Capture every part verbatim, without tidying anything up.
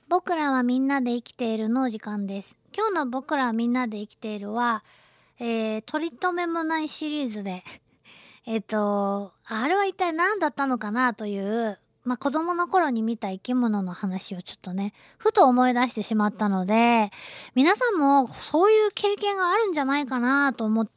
僕らはみんなで生きているの時間です。今日の僕らはみんなで生きているは、えー、取り留めもないシリーズで、えっと、あれは一体何だったのかなという、まあ、子供の頃に見た生き物の話をちょっとね、ふと思い出してしまったので、皆さんもそういう経験があるんじゃないかなと思って、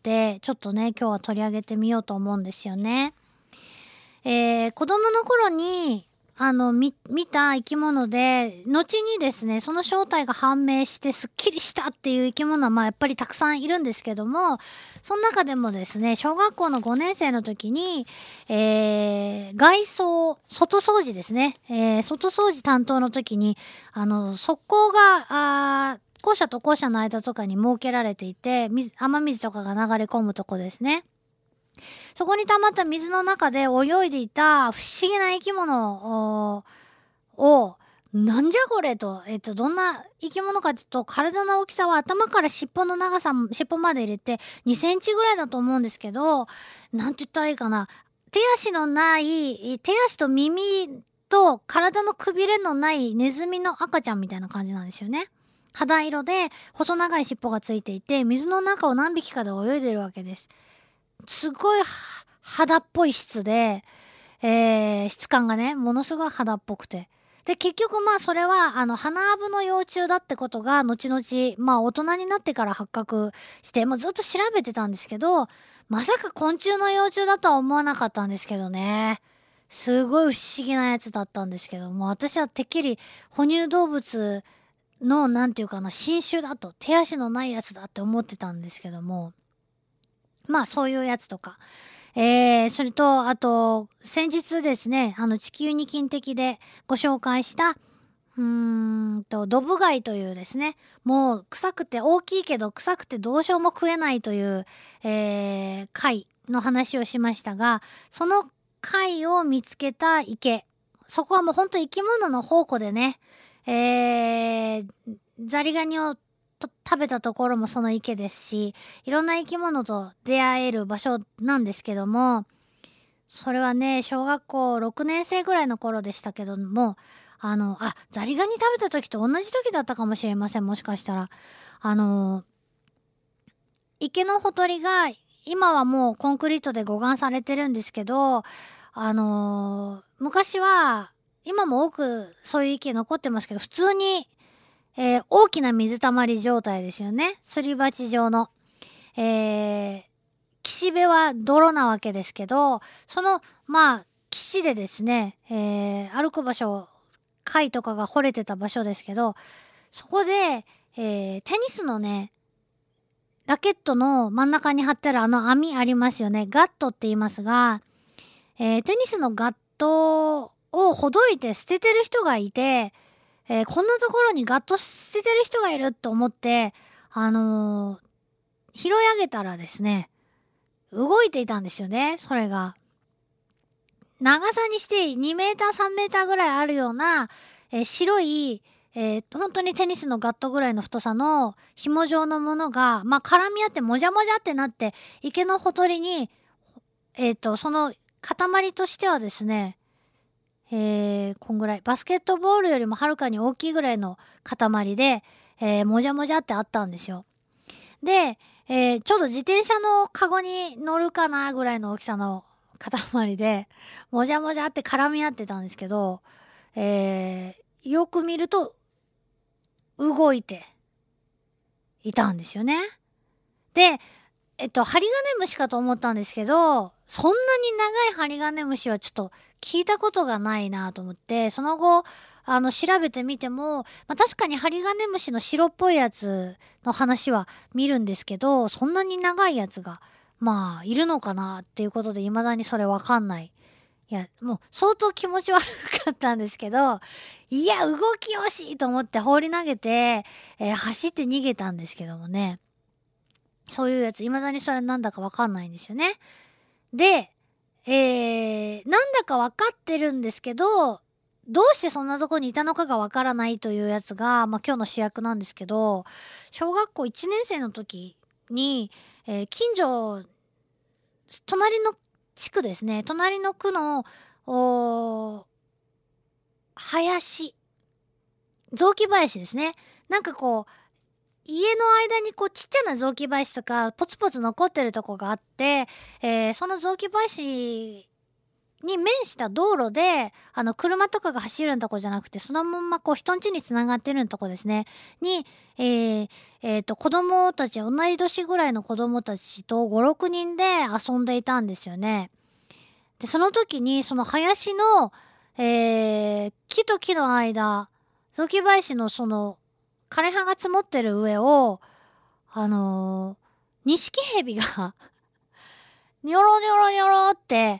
ちょっとね、今日は取り上げてみようと思うんですよね。えー、子供の頃に、あの、み、見た生き物で、後にですね、その正体が判明してスッキリしたっていう生き物は、まあやっぱりたくさんいるんですけども、その中でもですね、小学校のごねん生の時に、えー、外装、外掃除ですね、えー、外掃除担当の時に、あの、側溝が、あー校舎と校舎の間とかに設けられていて、水、雨水とかが流れ込むとこですね。そこに溜まった水の中で泳いでいた不思議な生き物を、をなんじゃこれと、えっと、どんな生き物かというと、体の大きさは頭から尻尾の長さも、尻尾まで入れてにセンチぐらいだと思うんですけど、なんて言ったらいいかな。手足のない、手足と耳と体のくびれのないネズミの赤ちゃんみたいな感じなんですよね。肌色で細長い尻尾がついていて、水の中を何匹かで泳いでるわけです。すごい肌っぽい質で、えー、質感がね、ものすごい肌っぽくて。で、結局まあそれは、あの、花アブの幼虫だってことが、後々、まあ大人になってから発覚して、もうずっと調べてたんですけど、まさか昆虫の幼虫だとは思わなかったんですけどね。すごい不思議なやつだったんですけども、私はてっきり哺乳動物の、なんていうかな、新種だと、手足のないやつだって思ってたんですけども、まあそういうやつとか。えー、それと、あと、先日ですね、あの地球に金的でご紹介した、うーんと、ドブ貝というですね、もう臭くて大きいけど臭くてどうしようも食えないという、えー、貝の話をしましたが、その貝を見つけた池、そこはもうほんと生き物の宝庫でね、えー、ザリガニをと食べたところもその池ですし、いろんな生き物と出会える場所なんですけども、それはね、小学校ろくねん生ぐらいの頃でしたけども、あの、あ、ザリガニ食べた時と同じ時だったかもしれません、もしかしたら。あの、池のほとりが、今はもうコンクリートで護岸されてるんですけど、あの、昔は、今も多くそういう池残ってますけど、普通に、えー大きな水たまり状態ですよね。すり鉢状の。えー、岸辺は泥なわけですけど、その、まあ、岸でですね、えー歩く場所、貝とかが掘れてた場所ですけど、そこで、えーテニスのね、ラケットの真ん中に貼ってあるあの網ありますよね。ガットって言いますが、えーテニスのガットをほどいて捨ててる人がいて、えーこんなところにガット捨ててる人がいると思って、あのー拾い上げたらですね、動いていたんですよね、それが。長さにしてにメーターさんメーターぐらいあるような、えー白い、えー本当にテニスのガットぐらいの太さの紐状のものが、まあ、絡み合ってもじゃもじゃってなって、池のほとりに、えっと、その塊としてはですね、えー、こんぐらい。バスケットボールよりもはるかに大きいぐらいの塊で、えー、もじゃもじゃってあったんですよ。で、えーちょうど自転車のカゴに乗るかなぐらいの大きさの塊で、もじゃもじゃって絡み合ってたんですけど、えーよく見ると動いていたんですよね。で、えっと、ハリガネムシかと思ったんですけど、そんなに長いハリガネムシはちょっと聞いたことがないなと思って、その後、あの、調べてみても、まあ、確かにハリガネムシの白っぽいやつの話は見るんですけど、そんなに長いやつが、まあ、いるのかなっていうことで未だにそれわかんない。いや、もう相当気持ち悪かったんですけど、いや、動き惜しいと思って放り投げて、えー走って逃げたんですけどもね。そういうやつ、未だにそれなんだかわかんないんですよね。で、えー、なんだかわかってるんですけど、どうしてそんなとこにいたのかがわからないというやつが、まあ、今日の主役なんですけど、小学校いちねん生の時に、えー近所、隣の地区ですね、隣の区の、おー林雑木林ですね。なんかこう家の間にこうちっちゃな雑木林とかポツポツ残ってるとこがあって、えーその雑木林に面した道路で、あの車とかが走るとこじゃなくて、そのまんまこう人ん家に繋がってるとこですね。に、えーえーと、子供たち、同い年ぐらいの子供たちとご、ろくにんで遊んでいたんですよね。で、その時に、その林の、えー木と木の間、雑木林のその枯葉が積もってる上を、あのー、ニシキヘビがニョロニョロニョロって、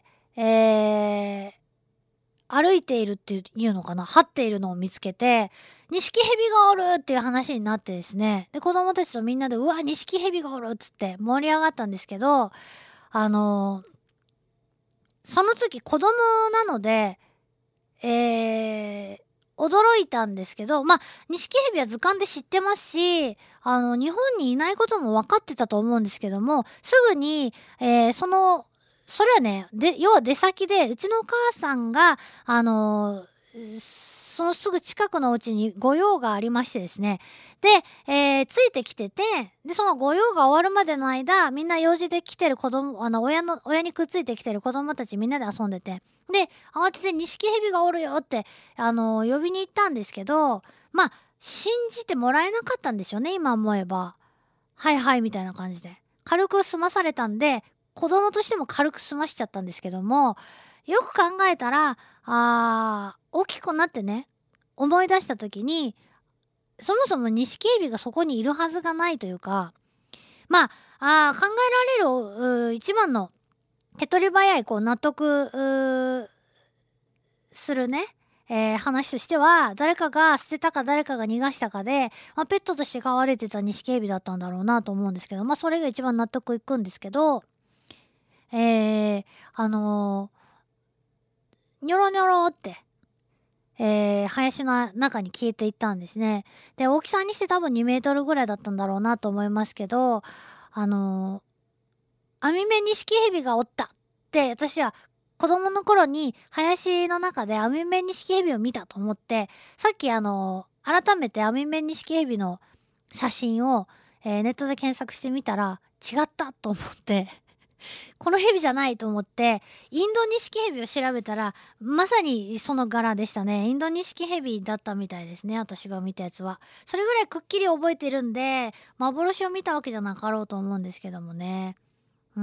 えー、歩いているっていうのかな、張っているのを見つけて、ニシキヘビがおるっていう話になってですね。で、子供たちとみんなで、うわ、ニシキヘビがおるっつって盛り上がったんですけど、あのーその時子供なので、えー、驚いたんですけど、まあ、ニシキヘビは図鑑で知ってますし、あの、日本にいないことも分かってたと思うんですけども、すぐに、えー、その、それはね、で、要は出先で、うちのお母さんが、あのーそのすぐ近くのお家に御用がありましてですね。で、えーついてきてて、で、その御用が終わるまでの間、みんな用事で来てる子供、あの、親の、親にくっついてきてる子供たちみんなで遊んでて、で、慌ててニシキヘビがおるよって、あのー呼びに行ったんですけど、まあ、信じてもらえなかったんでしょうね、今思えば。はいはい、みたいな感じで。軽く済まされたんで、子供としても軽く済ましちゃったんですけども、よく考えたら、あー、大きくなってね、思い出した時に、そもそもニシキヘビがそこにいるはずがないというか、まあ、あー考えられるうー一番の手っ取り早いこう納得うーするね、えー話としては、誰かが捨てたか誰かが逃がしたかで、まあ、ペットとして飼われてたニシキヘビだったんだろうなと思うんですけど、まあそれが一番納得いくんですけど、えー、あのーニョロニョロって、えー林の中に消えていったんですね。で、大きさにして多分にメートルぐらいだったんだろうなと思いますけど、あのー、アミメニシキヘビがおったって私は子供の頃に林の中でアミメニシキヘビを見たと思って、さっきあのー改めてアミメニシキヘビの写真を、えーネットで検索してみたら違ったと思ってこのヘビじゃないと思って、インドニシキヘビを調べたら、まさにその柄でしたね。インドニシキヘビだったみたいですね。私が見たやつは。それぐらいくっきり覚えてるんで、幻を見たわけじゃなかろうと思うんですけどもね。うん。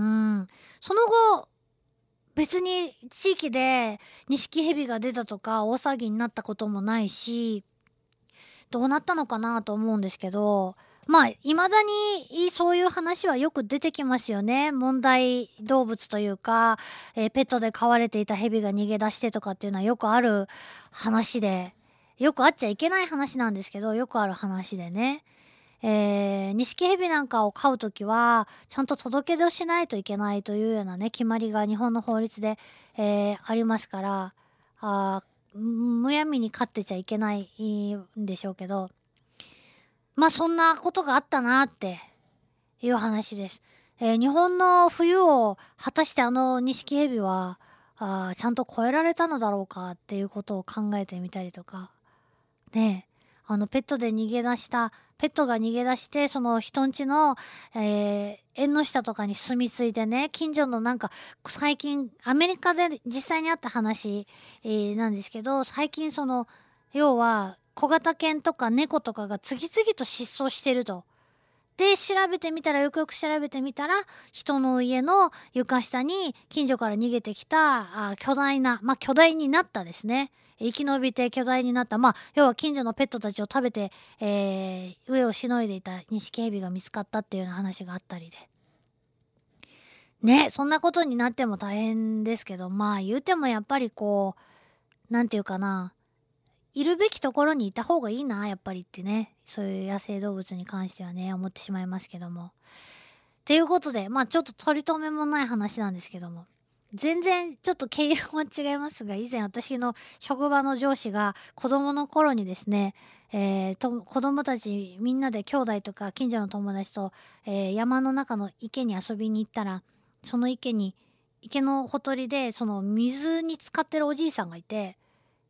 その後、別に地域でニシキヘビが出たとか大騒ぎになったこともないし、どうなったのかなと思うんですけど、まあ、未だにそういう話はよく出てきますよね。問題動物というか、えーペットで飼われていたヘビが逃げ出してとかっていうのはよくある話で、よくあっちゃいけない話なんですけど、よくある話でね。えー、ニシキヘビなんかを飼うときは、ちゃんと届け出をしないといけないというようなね、決まりが日本の法律で、えーありますから、あーむやみに飼ってちゃいけないんでしょうけど、まあそんなことがあったなっていう話です。えー日本の冬を果たしてあのニシキヘビはあーちゃんと越えられたのだろうかっていうことを考えてみたりとか。ねえ、あのペットで逃げ出した、ペットが逃げ出して、その人んちの、えー縁の下とかに住み着いてね、近所のなんか、最近、アメリカで実際にあった話、えーなんですけど、最近その、要は、小型犬とか猫とかが次々と失踪してると。で、調べてみたら、よくよく調べてみたら、人の家の床下に近所から逃げてきた、あ巨大な、まあ巨大になったですね。生き延びて巨大になった。まあ、要は近所のペットたちを食べて、えー、上をしのいでいたニシキヘビが見つかったっていうような話があったりで。ね、そんなことになっても大変ですけど、まあ言うてもやっぱりこう、なんていうかな、いるべきところにいた方がいいな、やっぱりってね。そういう野生動物に関してはね、思ってしまいますけども。っていうことで、まあちょっと取り留めもない話なんですけども。全然ちょっと毛色は違いますが、以前私の職場の上司が子供の頃にですね、えーと子供たちみんなで兄弟とか近所の友達と、えー山の中の池に遊びに行ったら、その池に、池のほとりでその水に浸かってるおじいさんがいて、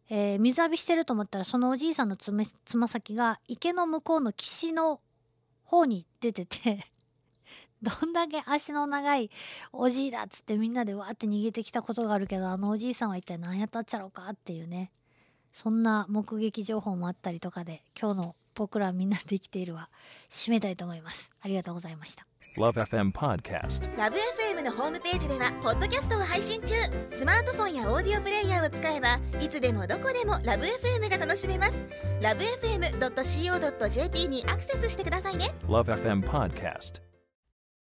えー水浴びしてると思ったらそのおじいさんのつめつま先が池の向こうの岸の方に出ててどんだけ足の長いおじいだっつってみんなでわーって逃げてきたことがあるけど、あのおじいさんは一体何やったっちゃろうかっていうね、そんな目撃情報もあったりとかで、今日の僕らみんなで生きているは締めたいと思います。ありがとうございました。 ラブ エフエム Podcast。 ラブ エフエム のホームページではポッドキャストを配信中。スマートフォンやオーディオプレイヤーを使えばいつでもどこでもラブ エフエム が楽しめます。 ラブエフエムドットシーオードットジェーピー にアクセスしてくださいね。 ラブ エフエム Podcast。